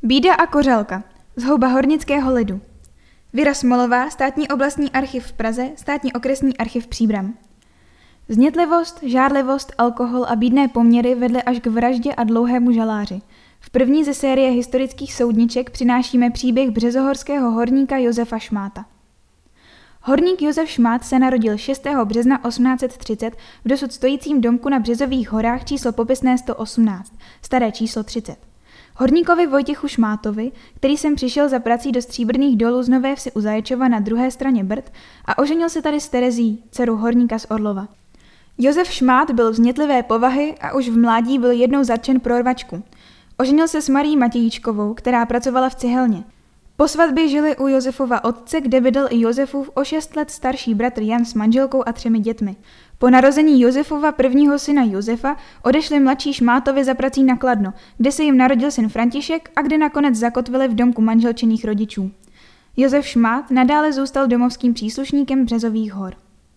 Bída a kořálka. Zhouba hornického lidu. Věra Smolová, Státní oblastní archiv v Praze, Státní okresní archiv Příbram. Znětlivost, žárlivost, alkohol a bídné poměry vedly až k vraždě a dlouhému žaláři. V první ze série historických soudniček přinášíme příběh březohorského horníka Josefa Šmáta. Horník Josef Šmát se narodil 6. března 1830 v dosud stojícím domku na Březových horách číslo popisné 118, staré číslo 30. Horníkovi Vojtěchu Šmátovi, který sem přišel za prací do stříbrných dolů z Nové Vsi u Zaječova na druhé straně Brd a oženil se tady s Terezí, dcerou horníka z Orlova. Josef Šmát byl vznětlivé povahy a už v mládí byl jednou zatčen pro rvačku. Oženil se s Marií Matějíčkovou, která pracovala v cihelně. Po svatbě žili u Josefova otce, kde bydlel i Josefův o 6 let starší bratr Jan s manželkou a 3 dětmi. Po narození Josefova prvního syna Josefa odešli mladší Šmátovi za prací na Kladno, kde se jim narodil syn František a kde nakonec zakotvili v domku manželčinných rodičů. Josef Šmát nadále zůstal domovským příslušníkem Březových hor.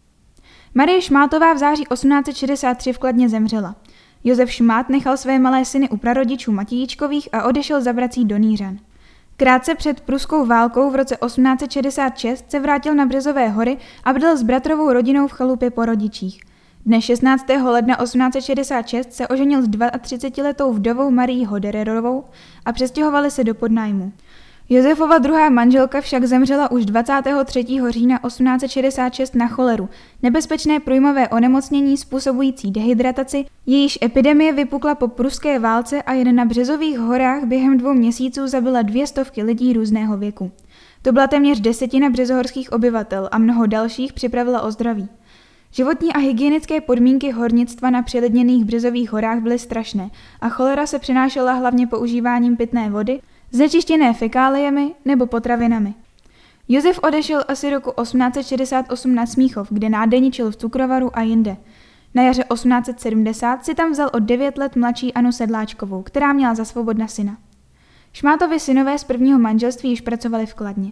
Marie Šmátová v září 1863 v Kladně zemřela. Josef Šmát nechal své malé syny u prarodičů Matějíčkových a odešel za prací do Nýřan. Krátce před pruskou válkou v roce 1866 se vrátil na Březové hory a bydlel s bratrovou rodinou v chalupě po rodičích. Dne 16. ledna 1866 se oženil s 32letou vdovou Marií Hodererovou a přestěhovali se do podnájmu. Josefova druhá manželka však zemřela už 23. října 1866 na choleru, nebezpečné průjmové onemocnění způsobující dehydrataci, jejíž epidemie vypukla po pruské válce a jen na Březových horách během 2 měsíců zabila 200 lidí různého věku. To byla téměř 10% březohorských obyvatel a mnoho dalších připravila o zdraví. Životní a hygienické podmínky hornictva na přelidněných Březových horách byly strašné a cholera se přenášela hlavně používáním pitné vody, znečištěné fekáliemi nebo potravinami. Josef odešel asi roku 1868 na Smíchov, kde nádeničil v cukrovaru a jinde. Na jaře 1870 si tam vzal o 9 let mladší Anu Sedláčkovou, která měla za svobodna syna. Šmátovi synové z prvního manželství již pracovali v Kladně.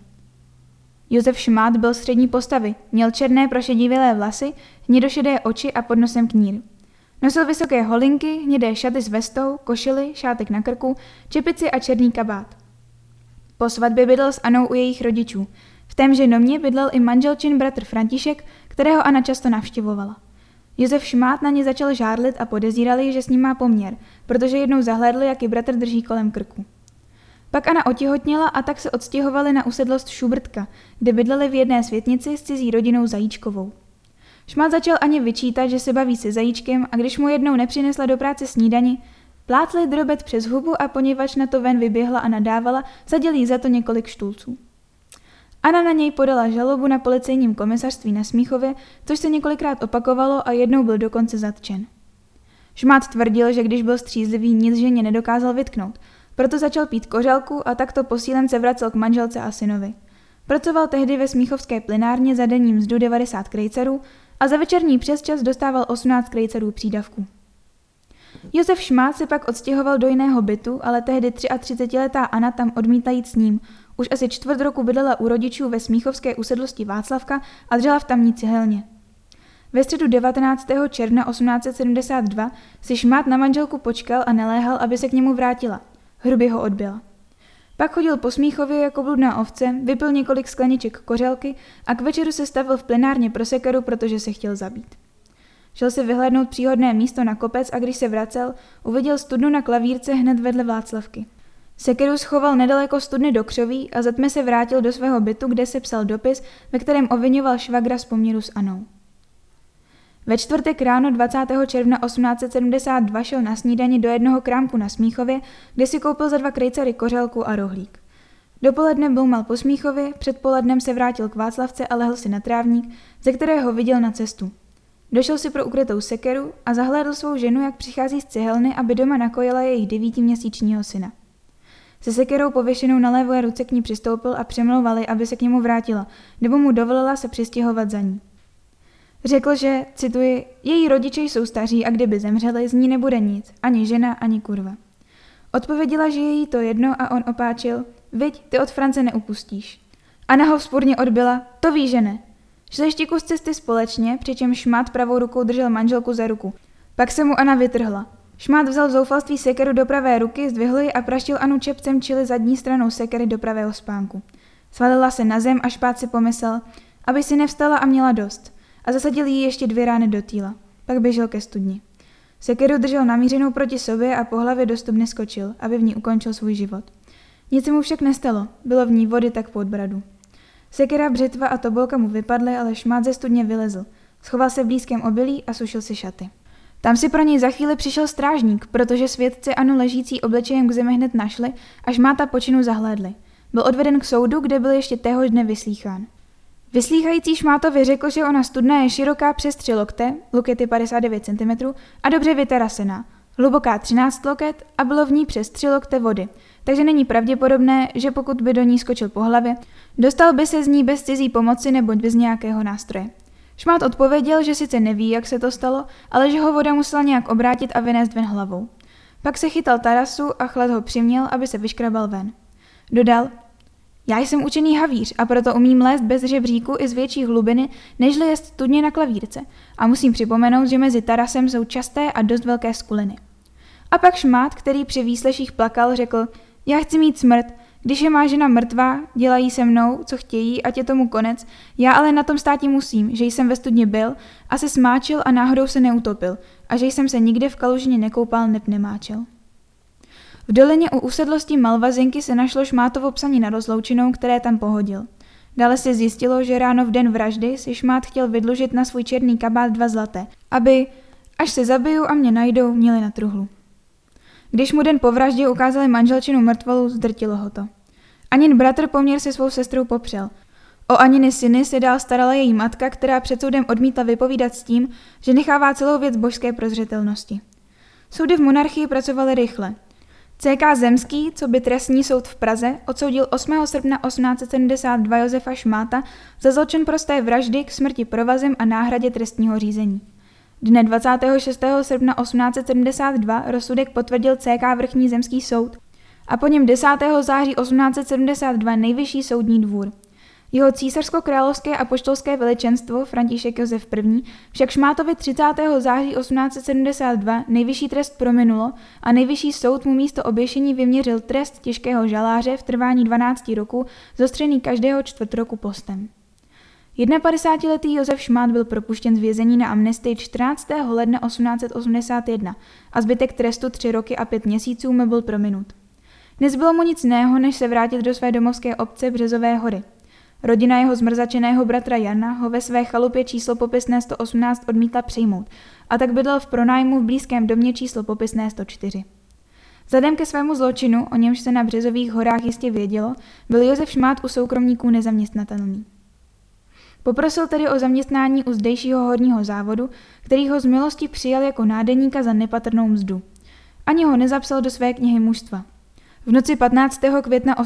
Josef Šmát byl střední postavy, měl černé prošedivělé vlasy, hnědošedé oči a pod nosem knír. Nosil vysoké holinky, hnědé šaty s vestou, košili, šátek na krku, čepici a černý kabát. Po svatbě bydlel s Anou u jejich rodičů. V témže domě bydlel i manželčin bratr František, kterého Ana často navštěvovala. Josef Šmát na ně začal žárlit a podezírali, že s ním má poměr, protože jednou zahlédl, jak ji bratr drží kolem krku. Pak Ana otěhotněla a tak se odstěhovali na usedlost Šubrtka, kde bydleli v jedné světnici s cizí rodinou Zajíčkovou. Šmát začal Aně vyčítat, že se baví se Zajíčkem a když mu jednou nepřinesla do práce snídani, plátli drobet přes hubu a poněvadž na to ven vyběhla a nadávala, vsadil jí za to několik štulců. Ana na něj podala žalobu na policejním komisařství na Smíchově, což se několikrát opakovalo a jednou byl dokonce zatčen. Šmát tvrdil, že když byl střízlivý, nic ženě nedokázal vytknout, proto začal pít kořálku a takto posílen se vracel k manželce a synovi. Pracoval tehdy ve smíchovské plynárně za denní mzdu 90 krejcarů a za večerní přesčas dostával 18 krejcarů přídavků. Josef Šmát se pak odstěhoval do jiného bytu, ale tehdy 33letá Ana tam odmítla jít s ním. Už asi 4 roku bydlela u rodičů ve smíchovské usedlosti Václavka a dřela v tamní cihelně. Ve středu 19. června 1872 si Šmát na manželku počkal a neléhal, aby se k němu vrátila. Hrubě ho odbyla. Pak chodil po Smíchově jako bludná ovce, vypil několik skleniček kořelky a k večeru se stavil v plynárně pro sekeru, protože se chtěl zabít. Šel si vyhlédnout příhodné místo na kopec a když se vracel, uviděl studnu na klavírce hned vedle Václavky. Sekeru schoval nedaleko studny do křoví a zatme se vrátil do svého bytu, kde se psal dopis, ve kterém obviňoval švagra z poměru s Anou. Ve čtvrtek ráno 20. června 1872 šel na snídani do jednoho krámku na Smíchově, kde si koupil za 2 krejcary kořálku a rohlík. Dopoledne bloumal po Smíchově, předpolednem se vrátil k Václavce a lehl si na trávník, ze kterého viděl na cestu. Došel si pro ukrytou sekeru a zahlédl svou ženu, jak přichází z cihelny, aby doma nakojila jejich 9měsíčního syna. Se sekerou pověšenou na levé ruce k ní přistoupil a přemlouvali, aby se k němu vrátila, nebo mu dovolila se přistěhovat za ní. Řekl, že, cituji, její rodiče jsou staří a kdyby zemřeli, z ní nebude nic, ani žena, ani kurva. Odpověděla, že je jí to jedno a on opáčil, viď, ty od France neupustíš. Ana ho vzpurně odbyla, to ví, že ne. Šli ještě kus cesty společně, přičemž Šmát pravou rukou držel manželku za ruku. Pak se mu Ana vytrhla. Šmát vzal v zoufalství sekeru do pravé ruky, zdvihl ji a praštil Anu čepcem čili zadní stranou sekery do pravého spánku. Svalila se na zem a Špát si pomyslel, aby si nevstala a měla dost, a zasadil jí ještě 2 rány do týla. Pak běžel ke studni. Sekeru držel namířenou proti sobě a po hlavě do studny skočil, aby v ní ukončil svůj život. Nic se mu však nestalo, bylo v ní vody tak pod bradu. Sekera, břitva a tobolka mu vypadly, ale Šmát ze studně vylezl. Schoval se v blízkém obilí a sušil si šaty. Tam si pro něj za chvíli přišel strážník, protože svědci Anu ležící obličejem k zemi hned našli a Šmáta po činu zahlédli. Byl odveden k soudu, kde byl ještě téhož dne vyslýchán. Vyslýchající Šmátovi řekl, že ona studna je široká přes 3 lokte, lokety 59 cm, a dobře vyterasená, hluboká 13 loket a bylo v ní přes 3 lokte vody, takže není pravděpodobné, že pokud by do ní skočil po hlavě, dostal by se z ní bez cizí pomoci nebo bez nějakého nástroje. Šmát odpověděl, že sice neví, jak se to stalo, ale že ho voda musela nějak obrátit a vynést ven hlavou. Pak se chytal Tarasu a chlad ho přiměl, aby se vyškrabal ven. Dodal: Já jsem učený havíř a proto umím lézt bez žebříku i z větší hlubiny, nežli jest studně na klavírce. A musím připomenout, že mezi Tarasem jsou časté a dost velké skuliny. A pak Šmát, který při výsleších plakal, řekl: Já chci mít smrt. Když je má žena mrtvá, dělají se mnou, co chtějí, ať je tomu konec. Já ale na tom státi musím, že jsem ve studně byl a se smáčil a náhodou se neutopil a že jsem se nikde v kalužině nekoupal neb nemáčel. V dolině u usedlosti Malvazinky se našlo Šmátovo psaní na rozloučinou, které tam pohodil. Dále se zjistilo, že ráno v den vraždy si Šmát chtěl vydlužit na svůj černý kabát 2 zlaté, aby, až se zabiju a mě najdou, měli na truhlu. Když mu den po vraždě ukázali manželčinu mrtvolu, zdrtilo ho to. Anin bratr poměr se svou sestrou popřel. O Aniny syny se dál starala její matka, která před soudem odmítla vypovídat s tím, že nechává celou věc božské prozřetelnosti. Soudy v monarchii pracovaly rychle. C.K. Zemský, co by trestní soud v Praze, odsoudil 8. srpna 1872 Josefa Šmáta za zločin prosté vraždy k smrti provazem a náhradě trestního řízení. Dne 26. srpna 1872 rozsudek potvrdil C.K. Vrchní zemský soud a po něm 10. září 1872 Nejvyšší soudní dvůr. Jeho císařsko-královské a poštolské veličenstvo František Josef I. však Šmátovi 30. září 1872 nejvyšší trest prominulo a Nejvyšší soud mu místo oběšení vyměřil trest těžkého žaláře v trvání 12 roků, zostřený každého 4 roku postem. 51letý Josef Šmát byl propuštěn z vězení na amnestii 14. ledna 1881 a zbytek trestu 3 roky a 5 měsíců mu byl prominut. Nezbylo mu nic jiného, než se vrátit do své domovské obce Březové hory. Rodina jeho zmrzačeného bratra Jana ho ve své chalupě číslo popisné 118 odmítla přijmout a tak bydlel v pronájmu v blízkém domě číslo popisné 104. Vzhledem ke svému zločinu, o němž se na Březových horách jistě vědělo, byl Josef Šmát u soukromníků nezaměstnatelný. Poprosil tedy o zaměstnání u zdejšího horního závodu, který ho z milosti přijal jako nádeníka za nepatrnou mzdu. Ani ho nezapsal do své knihy mužstva. V noci 15. května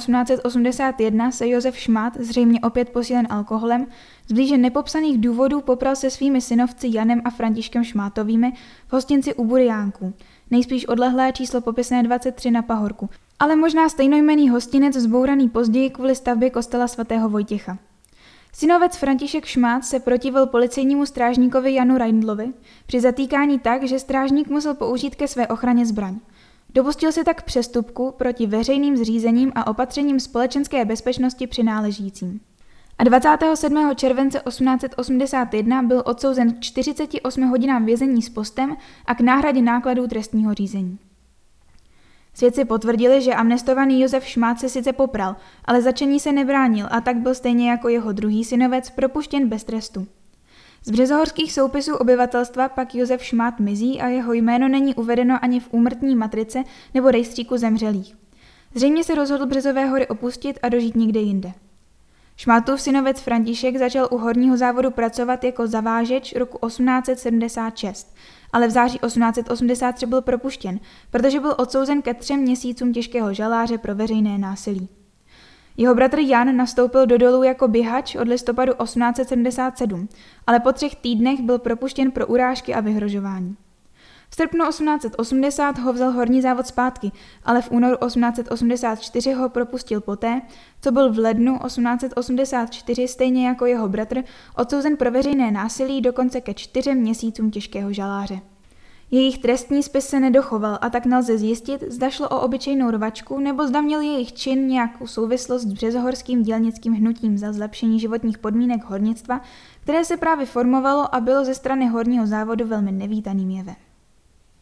1881 se Josef Šmát, zřejmě opět posílen alkoholem, z blíže nepopsaných důvodů popral se svými synovci Janem a Františkem Šmátovými v hostinci u Buriánků, nejspíš odlehlé číslo popisné 23 na Pahorku, ale možná stejnojmenný hostinec zbouraný později kvůli stavbě kostela svatého Vojtěcha. Synovec František Šmát se protivil policejnímu strážníkovi Janu Reindlovi při zatýkání tak, že strážník musel použít ke své ochraně zbraň. Dopustil se tak přestupku proti veřejným zřízením a opatřením společenské bezpečnosti přináležícím. A 27. července 1881 byl odsouzen k 48 hodinám vězení s postem a k náhradě nákladů trestního řízení. Svědci potvrdili, že amnestovaný Josef Šmát se sice popral, ale zatčení se nebránil a tak byl stejně jako jeho druhý synovec propuštěn bez trestu. Z březohorských soupisů obyvatelstva pak Josef Šmát mizí a jeho jméno není uvedeno ani v úmrtní matrice nebo rejstříku zemřelých. Zřejmě se rozhodl Březové hory opustit a dožít někde jinde. Šmátův synovec František začal u horního závodu pracovat jako zavážeč roku 1876, ale v září 1883 byl propuštěn, protože byl odsouzen ke 3 měsícům těžkého žaláře pro veřejné násilí. Jeho bratr Jan nastoupil do dolů jako běhač od listopadu 1877, ale po 3 týdnech byl propuštěn pro urážky a vyhrožování. V srpnu 1880 ho vzal horní závod zpátky, ale v únoru 1884 ho propustil poté, co byl v lednu 1884 stejně jako jeho bratr odsouzen pro veřejné násilí dokonce ke 4 měsícům těžkého žaláře. Jejich trestní spis se nedochoval a tak nelze zjistit, zda šlo o obyčejnou rvačku nebo zda měl jejich čin nějakou souvislost s březohorským dělnickým hnutím za zlepšení životních podmínek hornictva, které se právě formovalo a bylo ze strany horního závodu velmi nevítaným jevem.